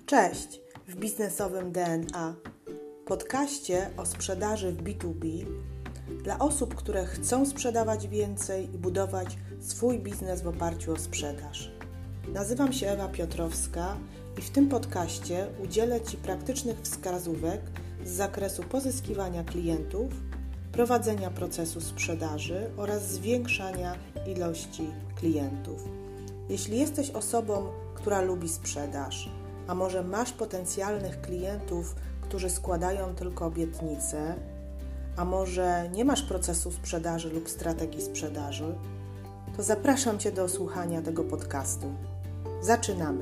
Cześć w biznesowym DNA, podcaście o sprzedaży w B2B dla osób, które chcą sprzedawać więcej i budować swój biznes w oparciu o sprzedaż. Nazywam się Ewa Piotrowska i w tym podcaście udzielę Ci praktycznych wskazówek z zakresu pozyskiwania klientów, prowadzenia procesu sprzedaży oraz zwiększania ilości klientów. Jeśli jesteś osobą, która lubi sprzedaż, a może masz potencjalnych klientów, którzy składają tylko obietnice, a może nie masz procesu sprzedaży lub strategii sprzedaży, to zapraszam Cię do słuchania tego podcastu. Zaczynamy!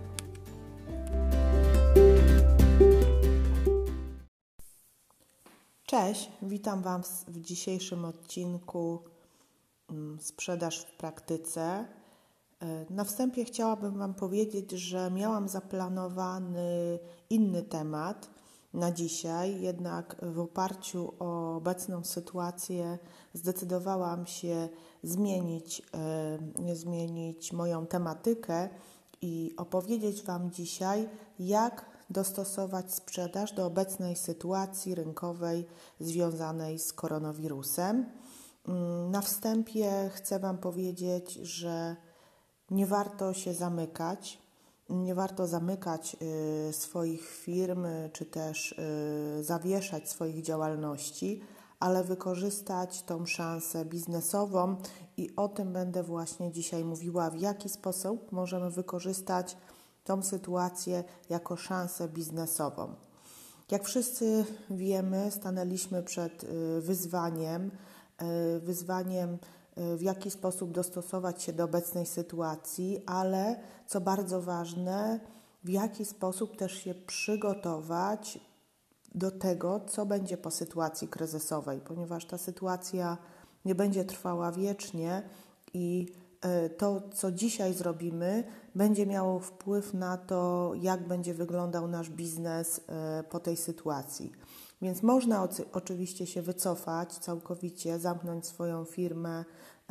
Cześć, witam Was w dzisiejszym odcinku Sprzedaż w praktyce. Na wstępie chciałabym Wam powiedzieć, że miałam zaplanowany inny temat na dzisiaj, jednak w oparciu o obecną sytuację zdecydowałam się zmienić moją tematykę i opowiedzieć Wam dzisiaj, jak dostosować sprzedaż do obecnej sytuacji rynkowej związanej z koronawirusem. Na wstępie chcę Wam powiedzieć, że nie warto się zamykać, nie warto zamykać swoich firm, czy też zawieszać swoich działalności, ale wykorzystać tą szansę biznesową i o tym będę właśnie dzisiaj mówiła, w jaki sposób możemy wykorzystać tą sytuację jako szansę biznesową. Jak wszyscy wiemy, stanęliśmy przed wyzwaniem, w jaki sposób dostosować się do obecnej sytuacji, ale co bardzo ważne, w jaki sposób też się przygotować do tego, co będzie po sytuacji kryzysowej, ponieważ ta sytuacja nie będzie trwała wiecznie i to, co dzisiaj zrobimy, będzie miało wpływ na to, jak będzie wyglądał nasz biznes po tej sytuacji. Więc można oczywiście się wycofać całkowicie, zamknąć swoją firmę,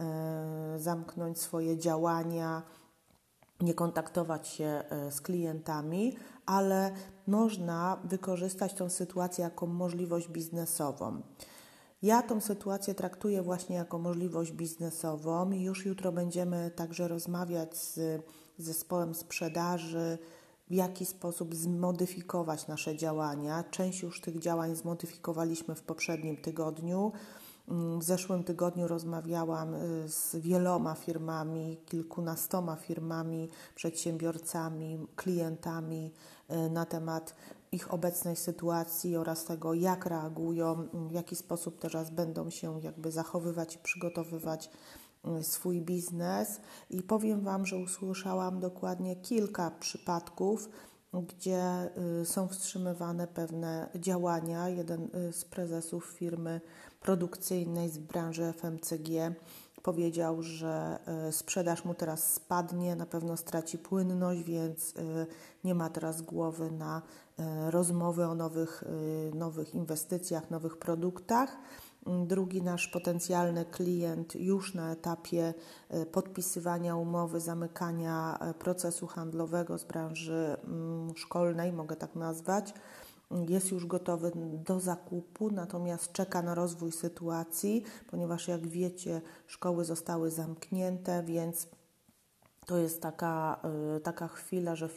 zamknąć swoje działania, nie kontaktować się z klientami, ale można wykorzystać tą sytuację jako możliwość biznesową. Ja tą sytuację traktuję właśnie jako możliwość biznesową i już jutro będziemy także rozmawiać z zespołem sprzedaży, w jaki sposób zmodyfikować nasze działania. Część już tych działań zmodyfikowaliśmy w poprzednim tygodniu. W zeszłym tygodniu rozmawiałam z wieloma firmami, kilkunastoma firmami, przedsiębiorcami, klientami na temat ich obecnej sytuacji oraz tego, jak reagują, w jaki sposób teraz będą się zachowywać i przygotowywać swój biznes. I powiem Wam, że usłyszałam dokładnie kilka przypadków, gdzie są wstrzymywane pewne działania. Jeden z prezesów firmy produkcyjnej z branży FMCG powiedział, że sprzedaż mu teraz spadnie, na pewno straci płynność, więc nie ma teraz głowy na rozmowy o nowych inwestycjach, nowych produktach. Drugi nasz potencjalny klient już na etapie podpisywania umowy, zamykania procesu handlowego z branży szkolnej, mogę tak nazwać, jest już gotowy do zakupu, natomiast czeka na rozwój sytuacji, ponieważ jak wiecie, szkoły zostały zamknięte, więc to jest taka chwila, że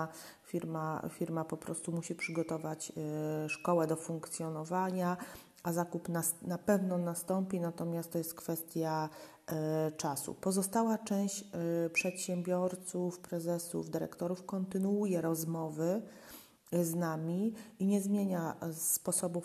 firma po prostu musi przygotować szkołę do funkcjonowania, a zakup na pewno nastąpi, natomiast to jest kwestia czasu. Pozostała część przedsiębiorców, prezesów, dyrektorów kontynuuje rozmowy z nami i nie zmienia sposobu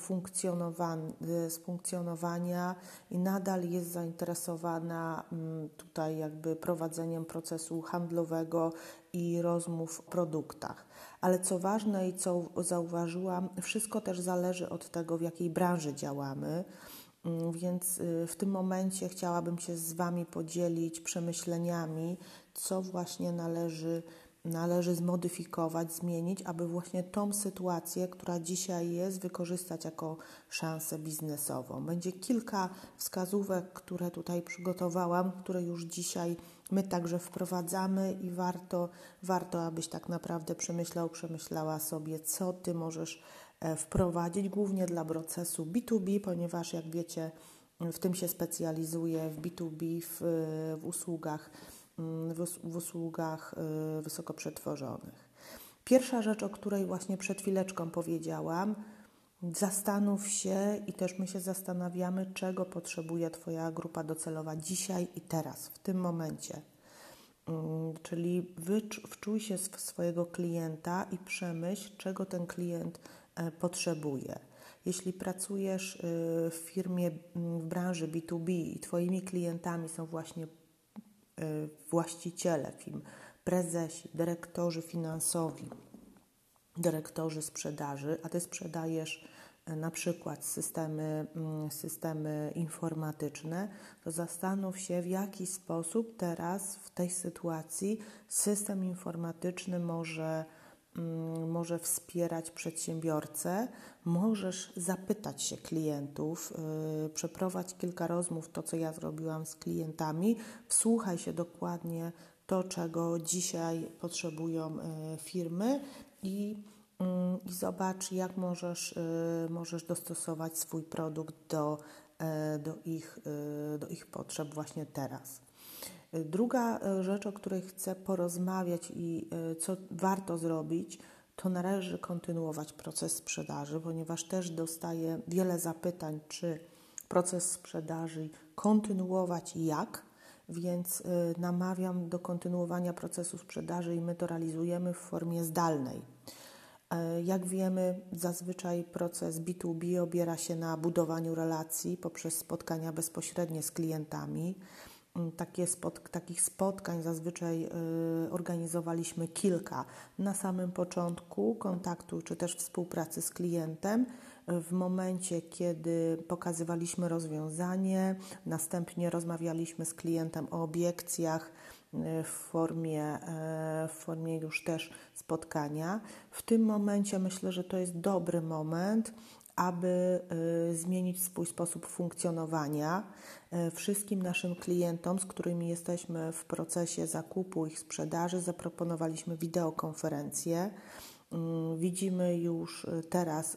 funkcjonowania i nadal jest zainteresowana tutaj prowadzeniem procesu handlowego i rozmów o produktach. Ale co ważne i co zauważyłam, wszystko też zależy od tego, w jakiej branży działamy. Więc w tym momencie chciałabym się z Wami podzielić przemyśleniami, co właśnie należy należy zmodyfikować, zmienić, aby właśnie tą sytuację, która dzisiaj jest, wykorzystać jako szansę biznesową. Będzie kilka wskazówek, które tutaj przygotowałam, które już dzisiaj my także wprowadzamy i warto, abyś tak naprawdę przemyślała sobie, co Ty możesz wprowadzić, głównie dla procesu B2B, ponieważ jak wiecie, w tym się specjalizuję, w B2B, w usługach wysoko przetworzonych. Pierwsza rzecz, o której właśnie przed chwileczką powiedziałam, zastanów się i też my się zastanawiamy, czego potrzebuje Twoja grupa docelowa dzisiaj i teraz, w tym momencie. Czyli wczuj się w swojego klienta i przemyśl, czego ten klient potrzebuje. Jeśli pracujesz w firmie w branży B2B i Twoimi klientami są właśnie właściciele firm, prezesi, dyrektorzy finansowi, dyrektorzy sprzedaży, a Ty sprzedajesz na przykład systemy informatyczne, to zastanów się, w jaki sposób teraz w tej sytuacji system informatyczny może wspierać przedsiębiorcę. Możesz zapytać się klientów, przeprowadź kilka rozmów, to co ja zrobiłam z klientami, wsłuchaj się dokładnie to, czego dzisiaj potrzebują firmy i zobacz, jak możesz dostosować swój produkt do ich potrzeb właśnie teraz. Druga rzecz, o której chcę porozmawiać i co warto zrobić, to należy kontynuować proces sprzedaży, ponieważ też dostaję wiele zapytań, czy proces sprzedaży kontynuować i jak, więc namawiam do kontynuowania procesu sprzedaży i my to realizujemy w formie zdalnej. Jak wiemy, zazwyczaj proces B2B opiera się na budowaniu relacji poprzez spotkania bezpośrednie z klientami. Takich spotkań zazwyczaj organizowaliśmy kilka na samym początku kontaktu czy też współpracy z klientem, w momencie, kiedy pokazywaliśmy rozwiązanie, następnie rozmawialiśmy z klientem o obiekcjach w formie już też spotkania. W tym momencie myślę, że to jest dobry moment, aby zmienić swój sposób funkcjonowania. Wszystkim naszym klientom, z którymi jesteśmy w procesie zakupu ich sprzedaży, zaproponowaliśmy wideokonferencję. Widzimy już teraz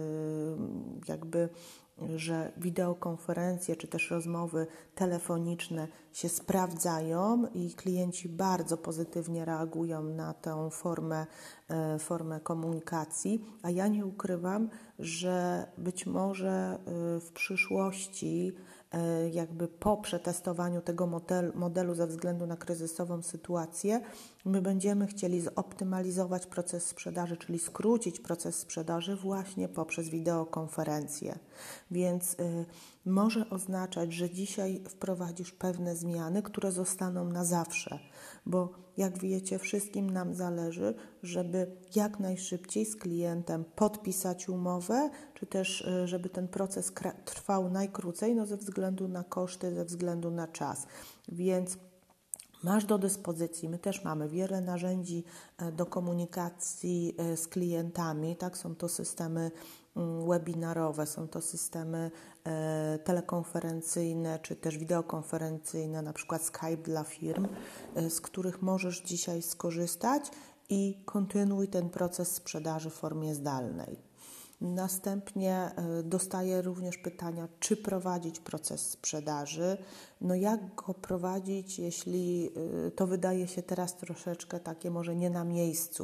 że wideokonferencje czy też rozmowy telefoniczne się sprawdzają i klienci bardzo pozytywnie reagują na tę formę komunikacji, a ja nie ukrywam, że być może w przyszłości po przetestowaniu tego modelu ze względu na kryzysową sytuację, my będziemy chcieli zoptymalizować proces sprzedaży, czyli skrócić proces sprzedaży właśnie poprzez wideokonferencję. Więc może oznaczać, że dzisiaj wprowadzisz pewne zmiany, które zostaną na zawsze, bo jak wiecie, wszystkim nam zależy, żeby jak najszybciej z klientem podpisać umowę, czy też żeby ten proces trwał najkrócej, ze względu na koszty, ze względu na czas. Więc masz do dyspozycji, my też mamy wiele narzędzi do komunikacji z klientami, tak? Są to systemy webinarowe, są to systemy telekonferencyjne, czy też wideokonferencyjne, na przykład Skype dla firm, z których możesz dzisiaj skorzystać i kontynuuj ten proces sprzedaży w formie zdalnej. Następnie dostaję również pytania, czy prowadzić proces sprzedaży. Jak go prowadzić, jeśli to wydaje się teraz troszeczkę takie może nie na miejscu.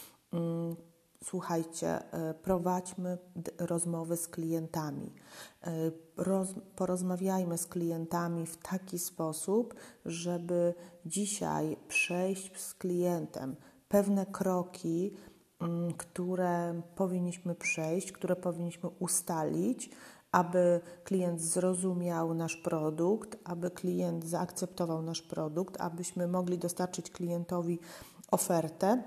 Słuchajcie, prowadźmy rozmowy z klientami. Porozmawiajmy z klientami w taki sposób, żeby dzisiaj przejść z klientem pewne kroki, które powinniśmy przejść, które powinniśmy ustalić, aby klient zrozumiał nasz produkt, aby klient zaakceptował nasz produkt, abyśmy mogli dostarczyć klientowi ofertę,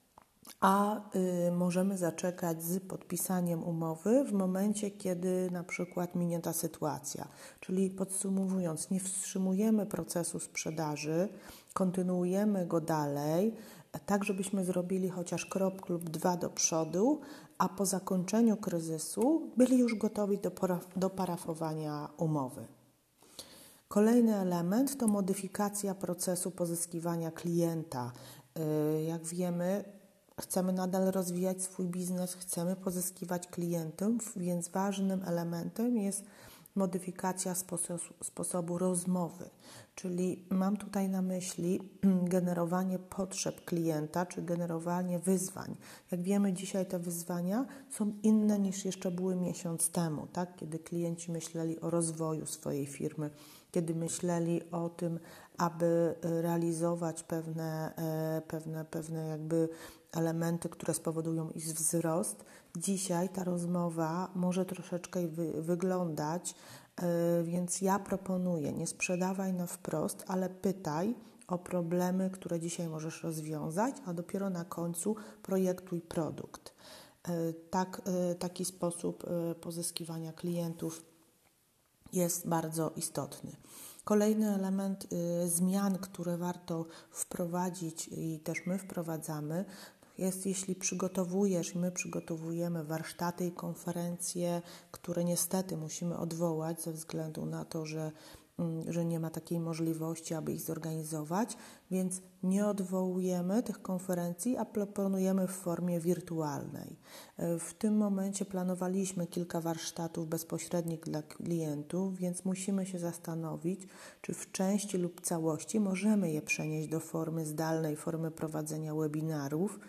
a możemy zaczekać z podpisaniem umowy w momencie, kiedy na przykład minie ta sytuacja. Czyli podsumowując, nie wstrzymujemy procesu sprzedaży, kontynuujemy go dalej, tak żebyśmy zrobili chociaż krok lub dwa do przodu, a po zakończeniu kryzysu byli już gotowi do parafowania umowy. Kolejny element to modyfikacja procesu pozyskiwania klienta. Jak wiemy, chcemy nadal rozwijać swój biznes, chcemy pozyskiwać klientów, więc ważnym elementem jest modyfikacja sposobu rozmowy. Czyli mam tutaj na myśli generowanie potrzeb klienta, czy generowanie wyzwań. Jak wiemy, dzisiaj te wyzwania są inne niż jeszcze były miesiąc temu, tak? Kiedy klienci myśleli o rozwoju swojej firmy, kiedy myśleli o tym, aby realizować pewne jakby elementy, które spowodują ich wzrost. Dzisiaj ta rozmowa może troszeczkę wyglądać, więc ja proponuję, nie sprzedawaj na wprost, ale pytaj o problemy, które dzisiaj możesz rozwiązać, a dopiero na końcu projektuj produkt. Taki sposób pozyskiwania klientów jest bardzo istotny. Kolejny element zmian, które warto wprowadzić i też my wprowadzamy, jest, jeśli my przygotowujemy warsztaty i konferencje, które niestety musimy odwołać ze względu na to, że nie ma takiej możliwości, aby ich zorganizować, więc nie odwołujemy tych konferencji, a proponujemy w formie wirtualnej. W tym momencie planowaliśmy kilka warsztatów bezpośrednich dla klientów, więc musimy się zastanowić, czy w części lub całości możemy je przenieść do formy zdalnej, formy prowadzenia webinarów.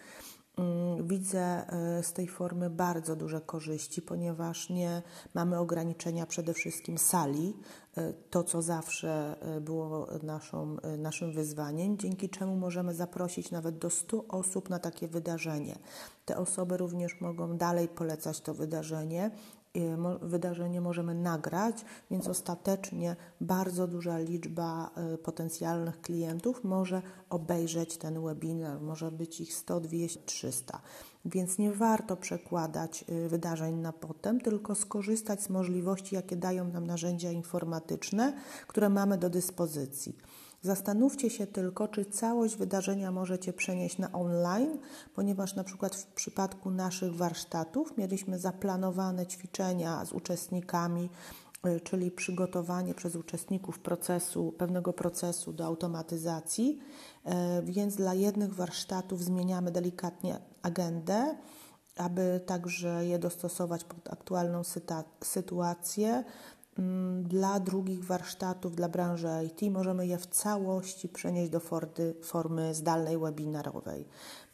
Widzę z tej formy bardzo duże korzyści, ponieważ nie mamy ograniczenia przede wszystkim sali, to co zawsze było naszym wyzwaniem, dzięki czemu możemy zaprosić nawet do 100 osób na takie wydarzenie. Te osoby również mogą dalej polecać to wydarzenie. Wydarzenie możemy nagrać, więc ostatecznie bardzo duża liczba potencjalnych klientów może obejrzeć ten webinar, może być ich 100, 200, 300. Więc nie warto przekładać wydarzeń na potem, tylko skorzystać z możliwości, jakie dają nam narzędzia informatyczne, które mamy do dyspozycji. Zastanówcie się tylko, czy całość wydarzenia możecie przenieść na online, ponieważ na przykład w przypadku naszych warsztatów mieliśmy zaplanowane ćwiczenia z uczestnikami, czyli przygotowanie przez uczestników pewnego procesu do automatyzacji, więc dla jednych warsztatów zmieniamy delikatnie agendę, aby także je dostosować pod aktualną sytuację. Dla drugich warsztatów, dla branży IT możemy je w całości przenieść do formy zdalnej webinarowej.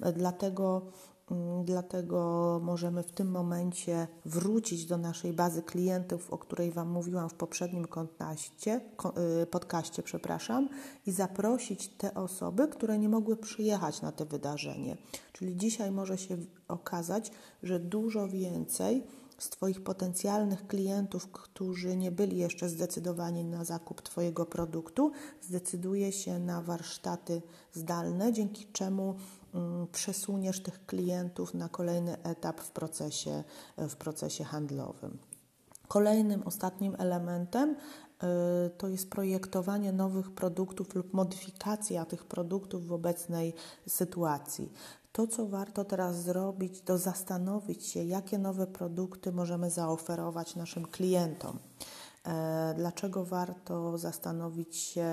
Dlatego możemy w tym momencie wrócić do naszej bazy klientów, o której Wam mówiłam w poprzednim podcaście, i zaprosić te osoby, które nie mogły przyjechać na to wydarzenie. Czyli dzisiaj może się okazać, że dużo więcej z Twoich potencjalnych klientów, którzy nie byli jeszcze zdecydowani na zakup Twojego produktu, zdecyduje się na warsztaty zdalne, dzięki czemu przesuniesz tych klientów na kolejny etap w procesie handlowym. Kolejnym, ostatnim elementem to jest projektowanie nowych produktów lub modyfikacja tych produktów w obecnej sytuacji. To, co warto teraz zrobić, to zastanowić się, jakie nowe produkty możemy zaoferować naszym klientom. Dlaczego warto zastanowić się,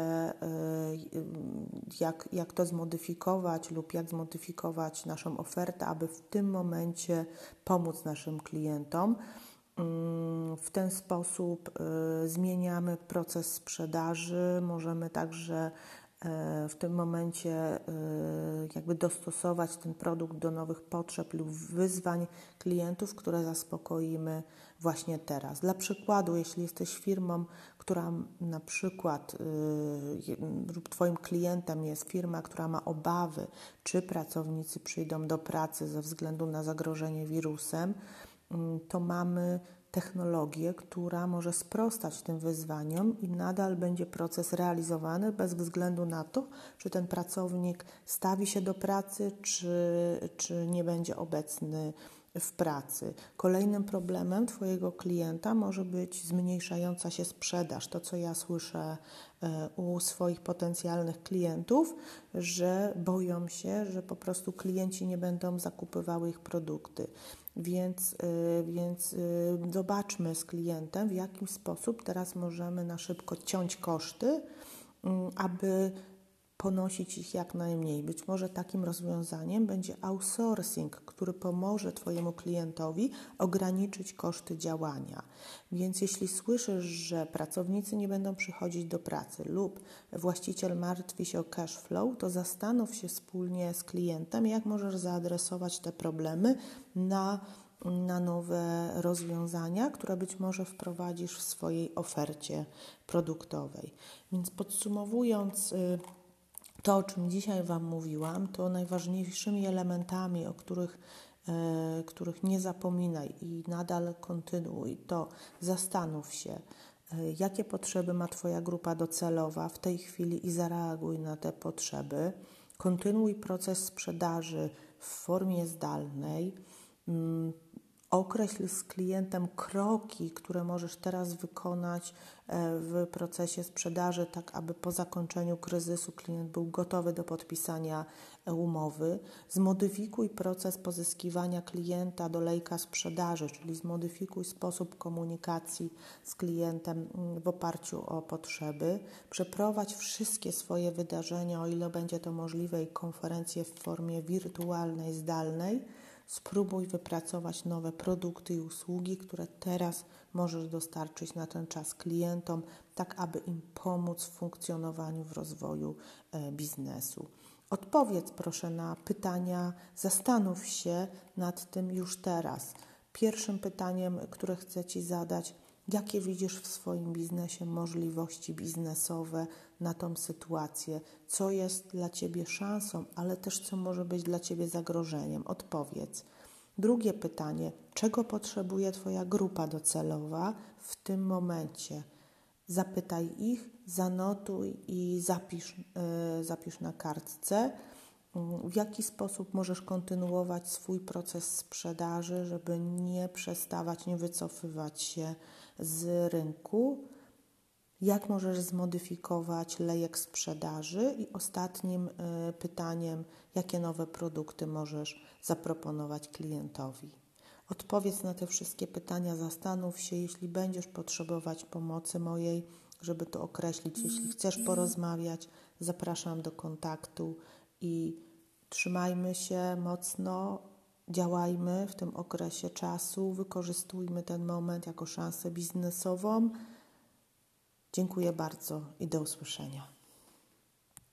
jak to zmodyfikować lub jak zmodyfikować naszą ofertę, aby w tym momencie pomóc naszym klientom. W ten sposób zmieniamy proces sprzedaży, możemy także w tym momencie jakby dostosować ten produkt do nowych potrzeb lub wyzwań klientów, które zaspokoimy właśnie teraz. Dla przykładu, jeśli jesteś firmą, która na przykład lub Twoim klientem jest firma, która ma obawy, czy pracownicy przyjdą do pracy ze względu na zagrożenie wirusem, to mamy technologię, która może sprostać tym wyzwaniom i nadal będzie proces realizowany bez względu na to, czy ten pracownik stawi się do pracy, czy nie będzie obecny w pracy. Kolejnym problemem Twojego klienta może być zmniejszająca się sprzedaż. To, co ja słyszę u swoich potencjalnych klientów, że boją się, że po prostu klienci nie będą zakupywały ich produkty. Więc zobaczmy z klientem, w jaki sposób teraz możemy na szybko ciąć koszty, aby ponosić ich jak najmniej. Być może takim rozwiązaniem będzie outsourcing, który pomoże Twojemu klientowi ograniczyć koszty działania. Więc jeśli słyszysz, że pracownicy nie będą przychodzić do pracy lub właściciel martwi się o cash flow, to zastanów się wspólnie z klientem, jak możesz zaadresować te problemy na nowe rozwiązania, które być może wprowadzisz w swojej ofercie produktowej. Więc podsumowując, to, o czym dzisiaj Wam mówiłam, to najważniejszymi elementami, o których nie zapominaj i nadal kontynuuj, to zastanów się, jakie potrzeby ma Twoja grupa docelowa w tej chwili i zareaguj na te potrzeby. Kontynuuj proces sprzedaży w formie zdalnej. Określ z klientem kroki, które możesz teraz wykonać w procesie sprzedaży, tak aby po zakończeniu kryzysu klient był gotowy do podpisania umowy. Zmodyfikuj proces pozyskiwania klienta do lejka sprzedaży, czyli zmodyfikuj sposób komunikacji z klientem w oparciu o potrzeby. Przeprowadź wszystkie swoje wydarzenia, o ile będzie to możliwe, i konferencje w formie wirtualnej, zdalnej. Spróbuj wypracować nowe produkty i usługi, które teraz możesz dostarczyć na ten czas klientom, tak aby im pomóc w funkcjonowaniu, w rozwoju biznesu. Odpowiedz proszę na pytania, zastanów się nad tym już teraz. Pierwszym pytaniem, które chcę Ci zadać: jakie widzisz w swoim biznesie możliwości biznesowe na tą sytuację? Co jest dla Ciebie szansą, ale też co może być dla Ciebie zagrożeniem? Odpowiedz. Drugie pytanie: czego potrzebuje Twoja grupa docelowa w tym momencie? Zapytaj ich, zanotuj i zapisz na kartce. W jaki sposób możesz kontynuować swój proces sprzedaży, żeby nie przestawać, nie wycofywać się z rynku? Jak możesz zmodyfikować lejek sprzedaży? I ostatnim pytaniem: jakie nowe produkty możesz zaproponować klientowi? Odpowiedz na te wszystkie pytania, zastanów się. Jeśli będziesz potrzebować pomocy mojej, żeby to określić, jeśli chcesz porozmawiać, zapraszam do kontaktu i trzymajmy się mocno, działajmy w tym okresie czasu, wykorzystujmy ten moment jako szansę biznesową. Dziękuję bardzo i do usłyszenia.